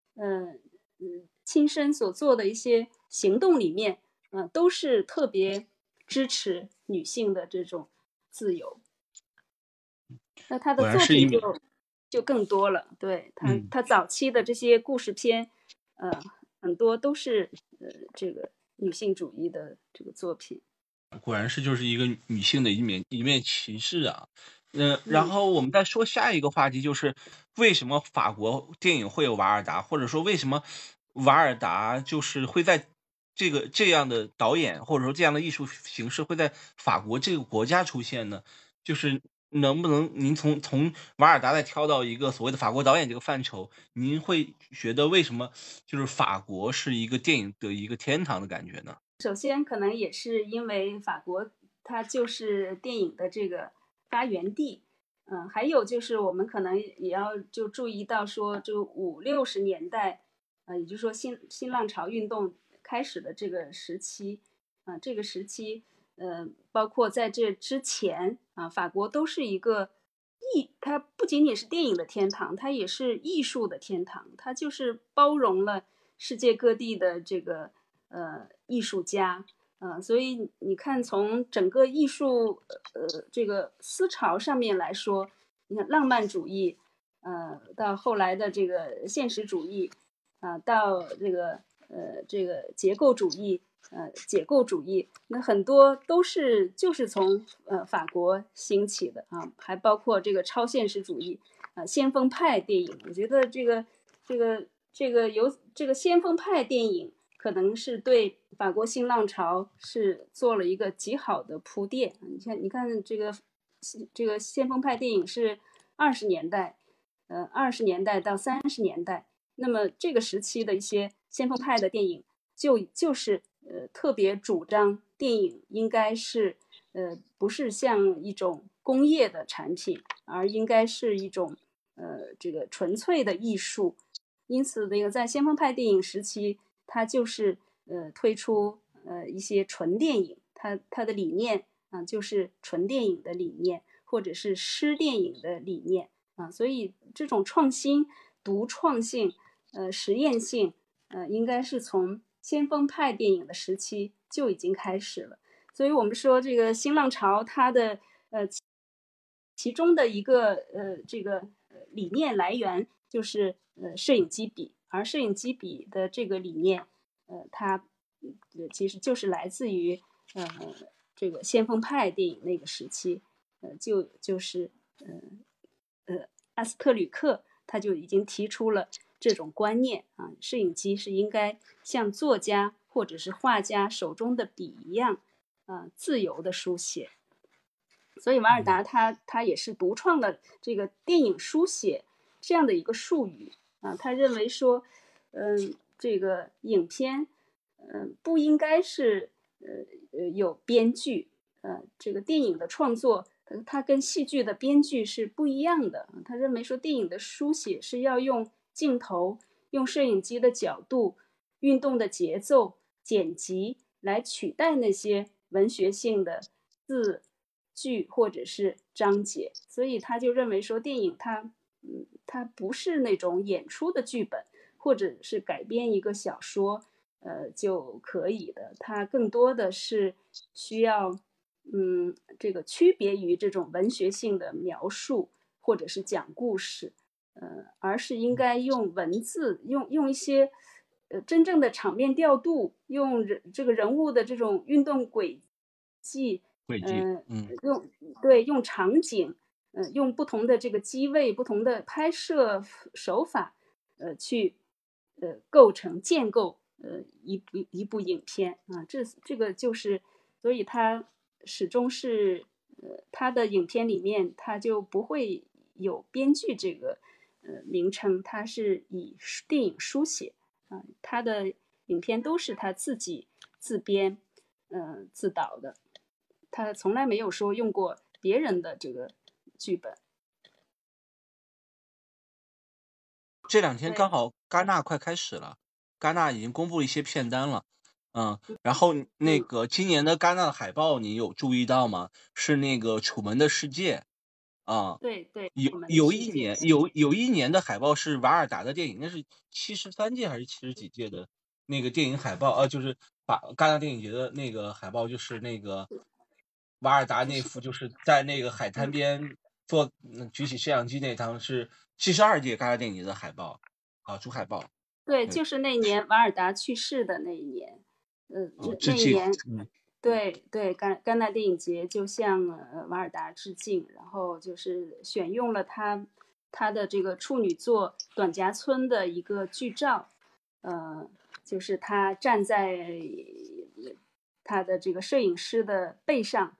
亲身所做的一些行动里面，都是特别支持女性的这种自由。那他的果然作品是一名就更多了，对嗯。 他早期的这些故事片，很多都是这个女性主义的这个作品。 果然是就是一个女性的一面旗帜啊。 然后我们再说下一个话题，就是为什么法国电影会有瓦尔达，或者说为什么瓦尔达就是会在这样的导演或者说这样的艺术形式会在法国这个国家出现呢？就是能不能您从瓦尔达再挑到一个所谓的法国导演这个范畴，您会觉得为什么就是法国是一个电影的一个天堂的感觉呢？ 首先，可能也是因为法国它就是电影的这个发源地，还有就是我们可能也要就注意到说，就50、60年代，也就是说新浪潮运动开始的这个时期，这个时期，包括在这之前法国都是一个它不仅仅是电影的天堂，它也是艺术的天堂，它就是包容了世界各地的这个艺术家，所以你看从整个艺术这个思潮上面来说，你看浪漫主义，到后来的这个现实主义，到这个结构主义，解构主义，那很多都是就是从法国兴起的还包括这个超现实主义先锋派电影，我觉得由这个先锋派电影可能是对法国新浪潮是做了一个极好的铺垫。你看这个先锋派电影是20年代，20年代到30年代。那么这个时期的一些先锋派的电影就是特别主张电影应该是不是像一种工业的产品，而应该是一种这个纯粹的艺术。因此那个在先锋派电影时期，它就是推出一些纯电影，它的理念就是纯电影的理念，或者是诗电影的理念所以这种创新、独创性、实验性，应该是从先锋派电影的时期就已经开始了。所以我们说这个新浪潮，它的其中的一个这个理念来源就是摄影机笔，而摄影机笔的这个理念，它其实就是来自于这个先锋派电影那个时期，就是阿斯特吕克他就已经提出了这种观念摄影机是应该像作家或者是画家手中的笔一样自由的书写。所以瓦尔达他也是独创了这个电影书写这样的一个术语他认为说，这个影片，不应该是有编剧，这个电影的创作，它跟戏剧的编剧是不一样的。他认为说，电影的书写是要用镜头、用摄影机的角度、运动的节奏、剪辑来取代那些文学性的字句或者是章节，所以他就认为说电影它不是那种演出的剧本，或者是改编一个小说就可以的，它更多的是需要这个区别于这种文学性的描述或者是讲故事，而是应该用文字用一些真正的场面调度，用这个人物的这种运动轨迹用场景，用不同的这个机位、不同的拍摄手法，去建构一部影片这个就是，所以它始终是它的影片里面它就不会有编剧这个名称，它是以电影书写它的影片都是他自己自编自导的。他从来没有说用过别人的这个剧本。 这2天刚好戛纳快开始了，戛纳已经公布了一些片单了，然后那个今年的戛纳的海报你有注意到吗？是那个《楚门的世界》 对对， 有一年的海报是瓦尔达的电影，那是73届还是70几届的那个电影海报就是戛纳电影节的那个海报，就是那个瓦尔达那幅，就是在那个海滩边举起摄像机那张是72届戛纳电影节的海报主海报。 对，就是那年瓦尔达去世的那一年，那一年对对，戛纳电影节就向瓦尔达致敬，然后就是选用了他的这个处女作《短夹村》的一个剧照，就是他站在他的这个摄影师的背上，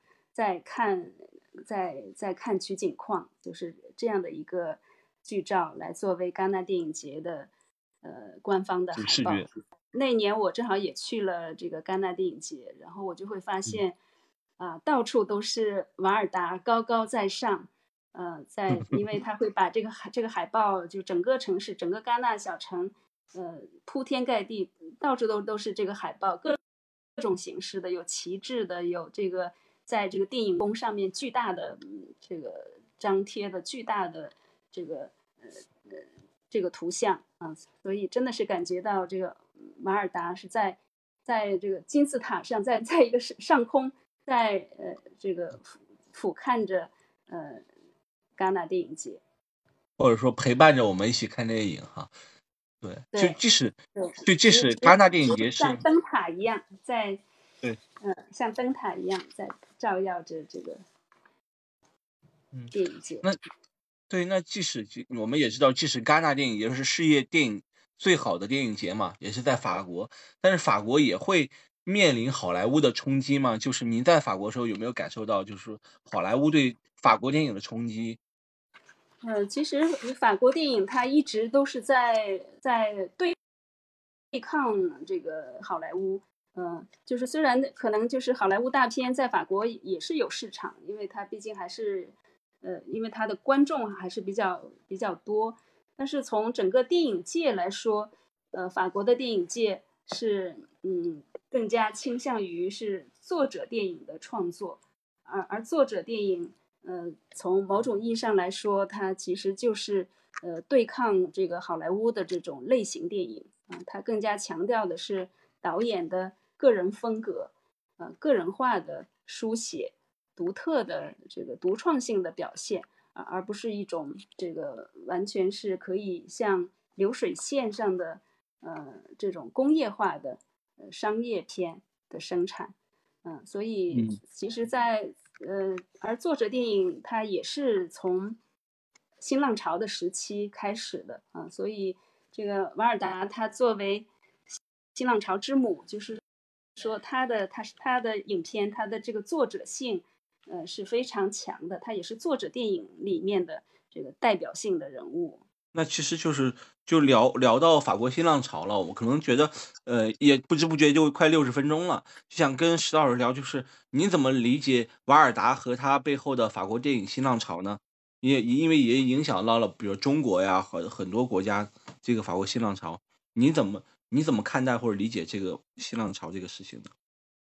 在看取景框，就是这样的一个剧照来作为戛纳电影节的官方的海报。 这个视觉， 那年我正好也去了这个戛纳电影节，然后我就会发现，到处都是瓦尔达高高在上，因为他会把这个海报就整个城市，整个戛纳小城，铺天盖地，到处都是这个海报，各种形式的，有旗帜的，有这个在这个电影宫上面巨大的这个张贴的巨大的这个这个图像啊，所以真的是感觉到这个马尔达是在这个金字塔上，在一个上空，在这个俯瞰着戛纳电影节， 或者说陪伴着我们一起看电影哈。对，就对即使对， 戛纳电影节是像灯塔一样在对， 像灯塔一样在照耀着这个电影节。 那对，那我们也知道，即使戛纳电影节是世界电影最好的电影节嘛，也是在法国，但是法国也会面临好莱坞的冲击嘛。就是您在法国的时候有没有感受到，就是好莱坞对法国电影的冲击？ 其实法国电影它一直都是在对抗这个好莱坞，就是虽然可能就是好莱坞大片在法国也是有市场，因为它毕竟还是，因为它的观众还是比较多，但是从整个电影界来说，法国的电影界是更加倾向于是作者电影的创作，而作者电影。从某种意义上来说，它其实就是对抗这个好莱坞的这种类型电影它更加强调的是导演的个人风格，个人化的书写，独特的这个独创性的表现而不是一种这个完全是可以像流水线上的这种工业化的商业片的生产。所以其实而作者电影它也是从新浪潮的时期开始的所以这个瓦尔达他作为新浪潮之母，就是说他的影片，他的这个作者性是非常强的，他也是作者电影里面的这个代表性的人物。 那其实就聊到法国新浪潮了，我可能觉得，也不知不觉就快60分钟了，就想跟石老师聊，就是你怎么理解瓦尔达和他背后的法国电影新浪潮呢？因为也影响到了，比如中国呀和很多国家这个法国新浪潮，你怎么看待或者理解这个新浪潮这个事情呢？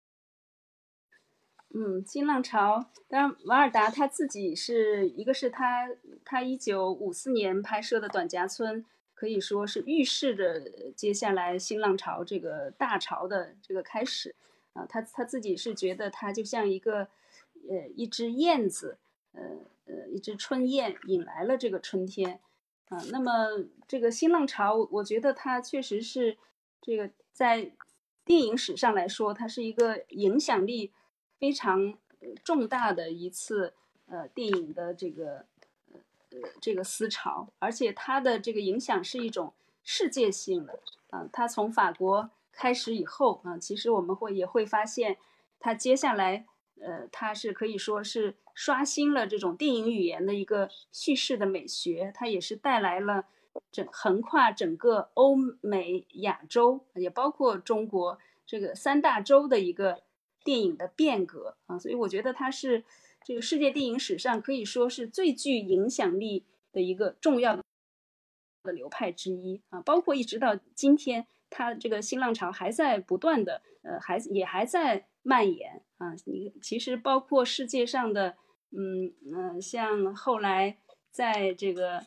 新浪潮，当然瓦尔达他自己是一个是他1954年拍摄的《短夹村》，可以说是预示着接下来新浪潮这个大潮的这个开始他自己是觉得他就像一只燕子，一只春燕引来了这个春天那么这个新浪潮，我觉得它确实是这个在电影史上来说，它是一个影响力非常重大的一次电影的这个思潮，而且它的这个影响是一种世界性的它从法国开始以后其实我们也会发现，它接下来它是可以说是刷新了这种电影语言的一个叙事的美学，它也是带来了横跨整个欧美亚洲，也包括中国这个3大洲的一个电影的变革所以我觉得它是这个世界电影史上可以说是最具影响力的一个重要的流派之一包括一直到今天，它这个新浪潮还在不断的还在蔓延其实包括世界上的像后来在这个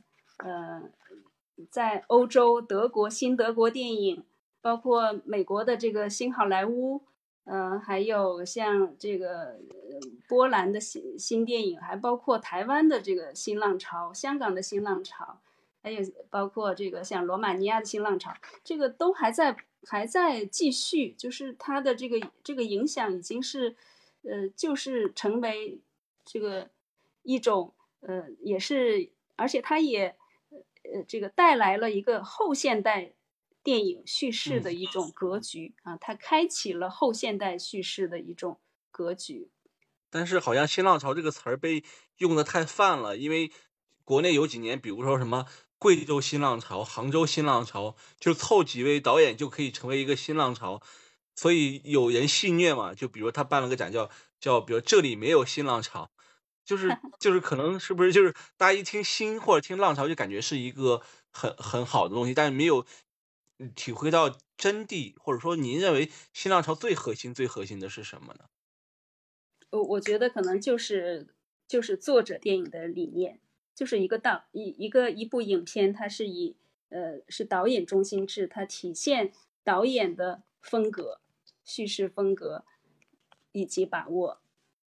在欧洲新德国电影，包括美国的这个新好莱坞还有像这个波兰的新电影，还包括台湾的这个新浪潮，香港的新浪潮， 还有包括这个像罗马尼亚的新浪潮，这个都还在继续，就是它的这个影响已经是就是成为这个一种也是，而且它也这个带来了一个后现代电影叙事的一种格局啊，它开启了后现代叙事的一种格局。 但是好像新浪潮这个词儿被用的太泛了，因为国内有几年，比如说什么贵州新浪潮、杭州新浪潮，就凑几位导演就可以成为一个新浪潮，所以有人戏谑嘛，就比如他办了个展叫比如这里没有新浪潮，就是可能是不是就是大家一听新或者听浪潮就感觉是一个很好的东西，但是没有体会到真谛，或者说您认为新浪潮最核心的是什么呢？ 我觉得可能就是作者电影的理念，就是一部影片，它是是导演中心制，它体现导演的风格、叙事风格以及把握。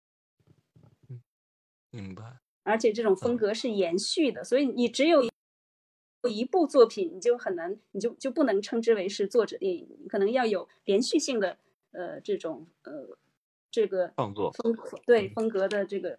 明白。 而且这种风格是延续的，所以你只有一部作品，你就很难，你就不能称之为是作者电影，你可能要有连续性的这种这个创作风格的这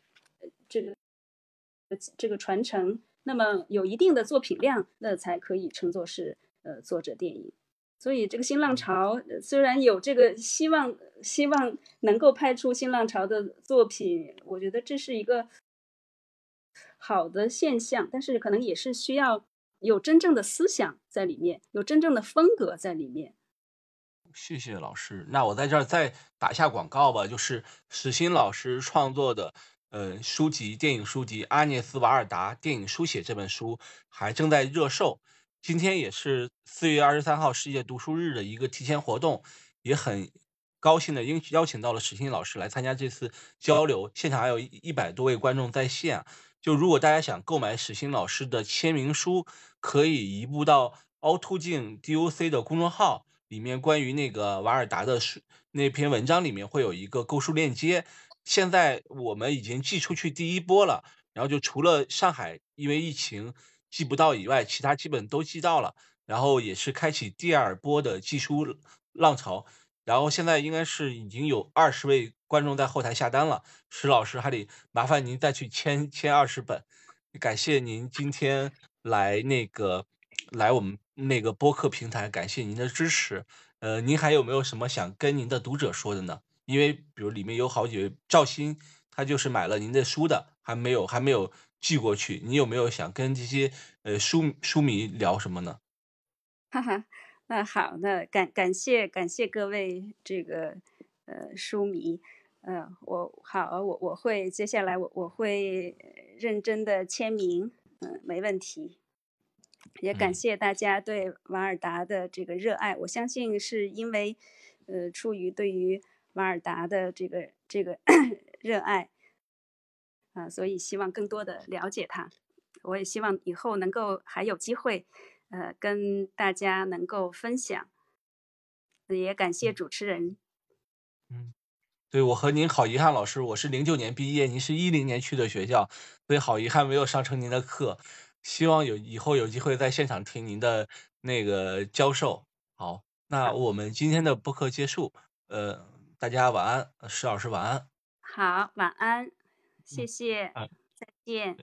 个传承，那么有一定的作品量，那才可以称作是作者电影。所以这个新浪潮虽然有这个希望能够拍出新浪潮的作品，我觉得这是一个好的现象，但是可能也是需要有真正的思想在里面，有真正的风格在里面。 谢谢老师。那我在这儿再打一下广告吧，就是史欣老师创作的电影书籍《阿涅斯·瓦尔达电影书写》这本书还正在热售。今天也是4月23号世界读书日的一个提前活动，也很高兴的邀请到了史欣老师来参加这次交流，现场还有100多位观众在线。就如果大家想购买史欣老师的签名书，可以移步到凹凸镜 DOC 的公众号，里面关于那个瓦尔达的那篇文章里面会有一个购书链接。现在我们已经寄出去第一波了，然后就除了上海因为疫情寄不到以外，其他基本都寄到了，然后也是开启第2波的寄书浪潮。然后现在应该是已经有20位观众在后台下单了，石老师还得麻烦您再去签20本。感谢您今天来我们那个播客平台，感谢您的支持。您还有没有什么想跟您的读者说的呢？因为比如里面有好几位赵鑫，他就是买了您的书的，还没有寄过去。你有没有想跟这些书迷聊什么呢？ 哈哈，那好，那感谢各位这个书迷，我会接下来我会认真的签名，没问题。也感谢大家对瓦尔达的这个热爱，我相信是因为出于对于瓦尔达的这个热爱所以希望更多的了解他。我也希望以后能够还有机会跟大家能够分享，也感谢主持人。 对，我和您好遗憾，老师，我是09年毕业，您是10年去的学校，所以好遗憾没有上成您的课。希望以后有机会在现场听您的那个教授。好，那我们今天的播客结束，大家晚安，石老师晚安。 好，晚安，谢谢，再见。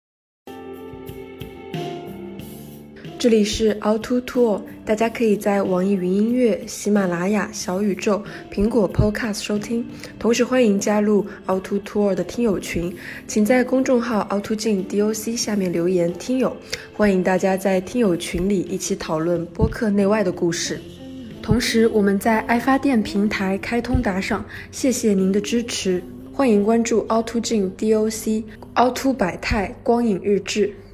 这里是凹凸 Tour， 大家可以在网易云音乐、喜马拉雅、小宇宙、苹果 Podcast 收听，同时欢迎加入凹凸 Tour 的听友群，请在公众号凹凸镜 DOC 下面留言听友，欢迎大家在听友群里一起讨论播客内外的故事。同时我们在爱发电平台开通打赏，谢谢您的支持，欢迎关注凹凸镜 DOC 凹凸百态光影日志。